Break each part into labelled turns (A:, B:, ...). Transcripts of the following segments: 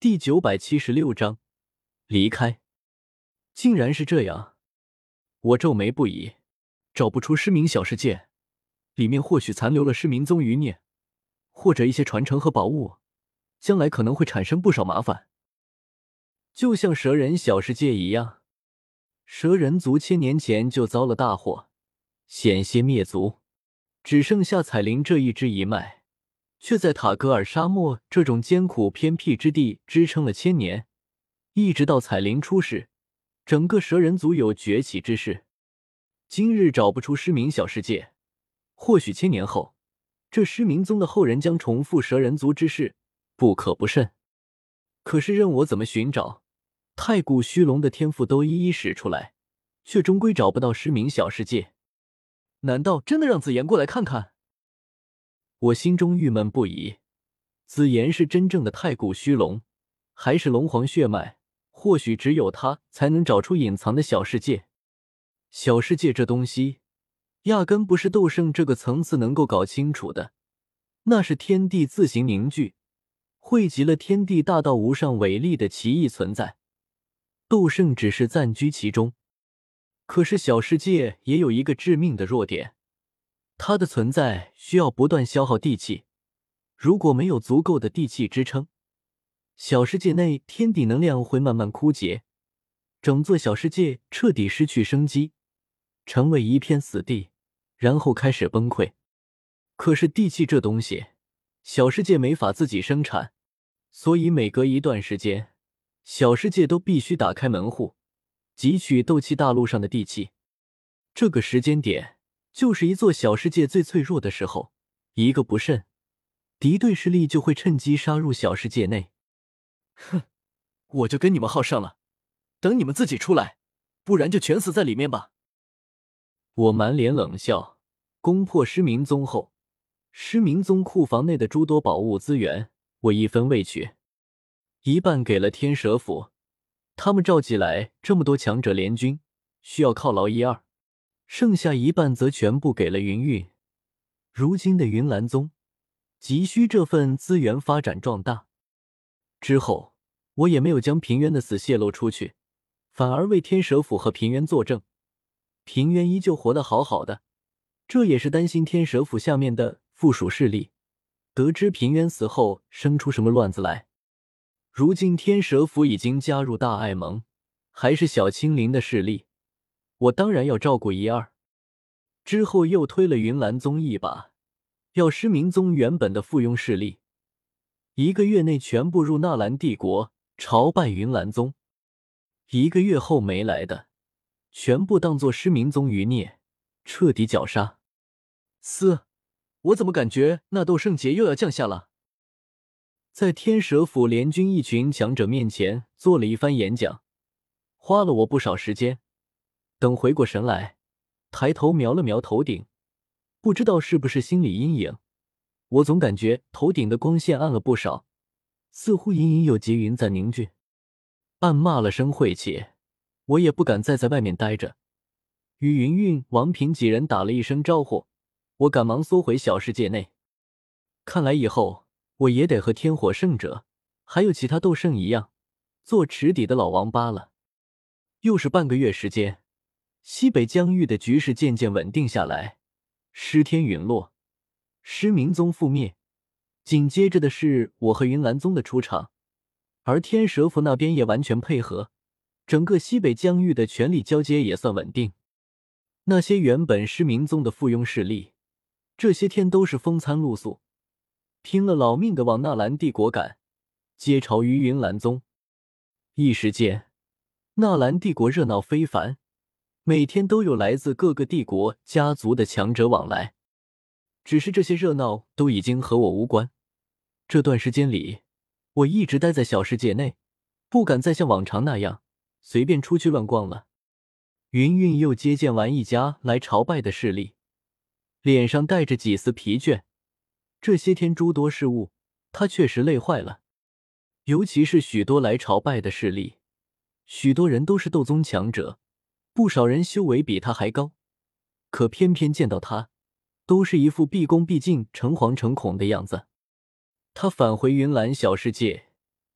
A: 第976章离开。竟然是这样，我皱眉不已。找不出失明小世界，里面或许残留了失明宗余孽，或者一些传承和宝物，将来可能会产生不少麻烦。就像蛇人小世界一样，蛇人族1000年前就遭了大祸，险些灭族，只剩下彩铃这一支一脉，却在塔格尔沙漠这种艰苦偏僻之地支撑了1000年，一直到彩铃出世，整个蛇人族有崛起之势。今日找不出失明小世界，或许1000年后，这失明宗的后人将重复蛇人族之势，不可不慎。可是任我怎么寻找，太古虚龙的天赋都一一使出来，却终归找不到失明小世界。难道真的让紫妍过来看看？我心中郁闷不已。紫妍是真正的太古虚龙，还是龙皇血脉，或许只有他才能找出隐藏的小世界。小世界这东西，压根不是斗圣这个层次能够搞清楚的，那是天地自行凝聚，汇集了天地大道无上伟力的奇异存在。斗圣只是暂居其中。可是小世界也有一个致命的弱点，它的存在需要不断消耗地气，如果没有足够的地气支撑，小世界内天地能量会慢慢枯竭，整座小世界彻底失去生机，成为一片死地，然后开始崩溃。可是地气这东西，小世界没法自己生产，所以每隔一段时间，小世界都必须打开门户，汲取斗气大陆上的地气。这个时间点，就是一座小世界最脆弱的时候，一个不慎，敌对势力就会趁机杀入小世界内。哼，我就跟你们耗上了，等你们自己出来，不然就全死在里面吧。我满脸冷笑，攻破失明宗后，失明宗库房内的诸多宝物资源，我一分未取，一半给了天蛇府，他们召集来这么多强者联军，需要犒劳一二，剩下一半则全部给了云韵。如今的云岚宗急需这份资源发展壮大。之后我也没有将平渊的死泄露出去，反而为天蛇府和平渊作证。平渊依旧活得好好的，这也是担心天蛇府下面的附属势力得知平渊死后生出什么乱子来。如今天蛇府已经加入大爱盟，还是小青灵的势力，我当然要照顾一二。之后又推了云岚宗一把，要失明宗原本的附庸势力1个月内全部入纳兰帝国，朝拜云岚宗。1个月后没来的，全部当作失明宗余孽，彻底绞杀。我怎么感觉那斗圣劫又要降下了？在天蛇府联军一群强者面前做了一番演讲，花了我不少时间。等回过神来，抬头瞄了瞄头顶，不知道是不是心理阴影，我总感觉头顶的光线暗了不少，似乎隐隐有劫云在凝聚。暗骂了声晦气，我也不敢再在外面待着，与云韵、王平几人打了一声招呼，我赶忙缩回小世界内。看来以后我也得和天火圣者还有其他斗圣一样，做池底的老王八了。又是半个月时间，西北疆域的局势渐渐稳定下来，尸天陨落，失明宗覆灭，紧接着的是我和云岚宗的出场，而天蛇府那边也完全配合，整个西北疆域的权力交接也算稳定。那些原本失明宗的附庸势力，这些天都是风餐露宿，拼了老命的往纳兰帝国赶，接朝于云岚宗。一时间，纳兰帝国热闹非凡，每天都有来自各个帝国家族的强者往来。只是这些热闹都已经和我无关。这段时间里，我一直待在小世界内，不敢再像往常那样随便出去乱逛了。云韵又接见完一家来朝拜的势力，脸上带着几丝疲倦。这些天诸多事务，他确实累坏了。尤其是许多来朝拜的势力，许多人都是斗宗强者，不少人修为比他还高，可偏偏见到他，都是一副毕恭毕敬、诚惶诚恐的样子。他返回云岚小世界，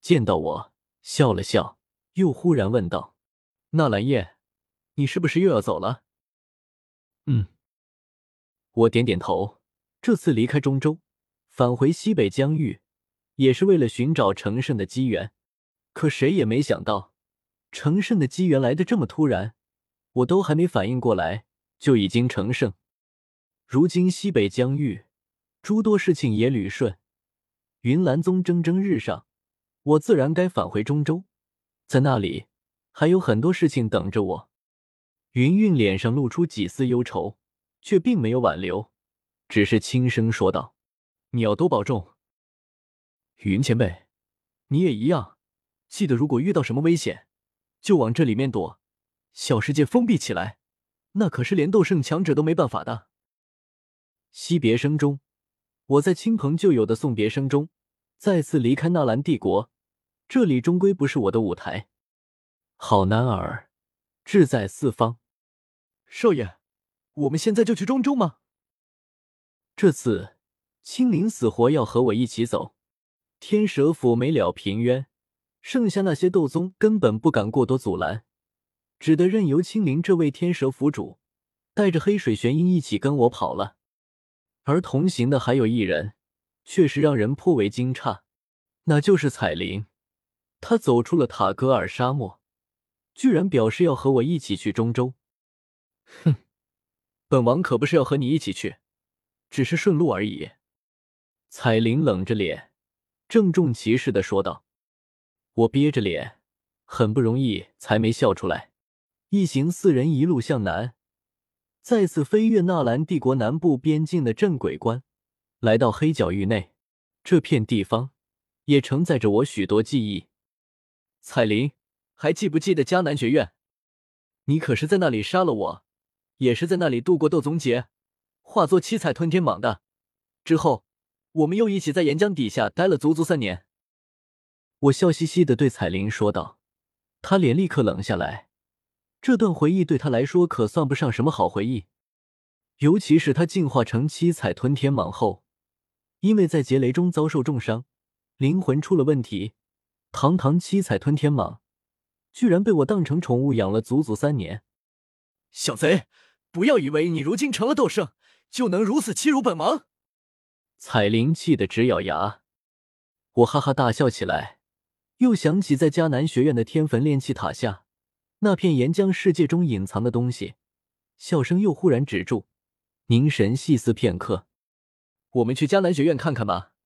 A: 见到我，笑了笑，又忽然问道：“纳兰叶，你是不是又要走了？”“嗯。”我点点头。这次离开中州，返回西北疆域，也是为了寻找成圣的机缘。可谁也没想到，成圣的机缘来得这么突然，我都还没反应过来，就已经成圣。如今西北疆域，诸多事情也捋顺，云岚宗蒸蒸日上，我自然该返回中州，在那里还有很多事情等着我。云韵脸上露出几丝忧愁，却并没有挽留，只是轻声说道：“你要多保重。云前辈，你也一样，记得如果遇到什么危险，就往这里面躲，小世界封闭起来，那可是连斗圣强者都没办法的。”惜别声中，我在亲朋旧友的送别声中，再次离开纳兰帝国，这里终归不是我的舞台。好男儿，志在四方。少爷，我们现在就去中州吗？这次青灵死活要和我一起走，天蛇府没了平渊，剩下那些斗宗根本不敢过多阻拦，只得任由青灵这位天蛇府主带着黑水玄鹰一起跟我跑了。而同行的还有一人，却是让人颇为惊诧，那就是彩铃。他走出了塔格尔沙漠，居然表示要和我一起去中州。哼，本王可不是要和你一起去，只是顺路而已。彩铃冷着脸，郑重其事地说道。我憋着脸，很不容易才没笑出来。一行4人一路向南，再次飞越纳兰帝国南部边境的镇鬼关，来到黑角域内。这片地方也承载着我许多记忆。彩铃，还记不记得迦南学院？你可是在那里杀了我，也是在那里度过斗宗劫，化作七彩吞天蟒的。之后我们又一起在岩浆底下待了足足3年。我笑嘻嘻地对彩铃说道，她脸立刻冷下来。这段回忆对她来说可算不上什么好回忆，尤其是她进化成七彩吞天蟒后，因为在劫雷中遭受重伤，灵魂出了问题，堂堂七彩吞天蟒居然被我当成宠物养了足足3年。小贼，不要以为你如今成了斗圣，就能如此欺辱本王！彩铃气得直咬牙。我哈哈大笑起来，又想起在迦南学院的天焚炼气塔下，那片岩浆世界中隐藏的东西，笑声又忽然止住，凝神细思片刻。我们去迦南学院看看吧。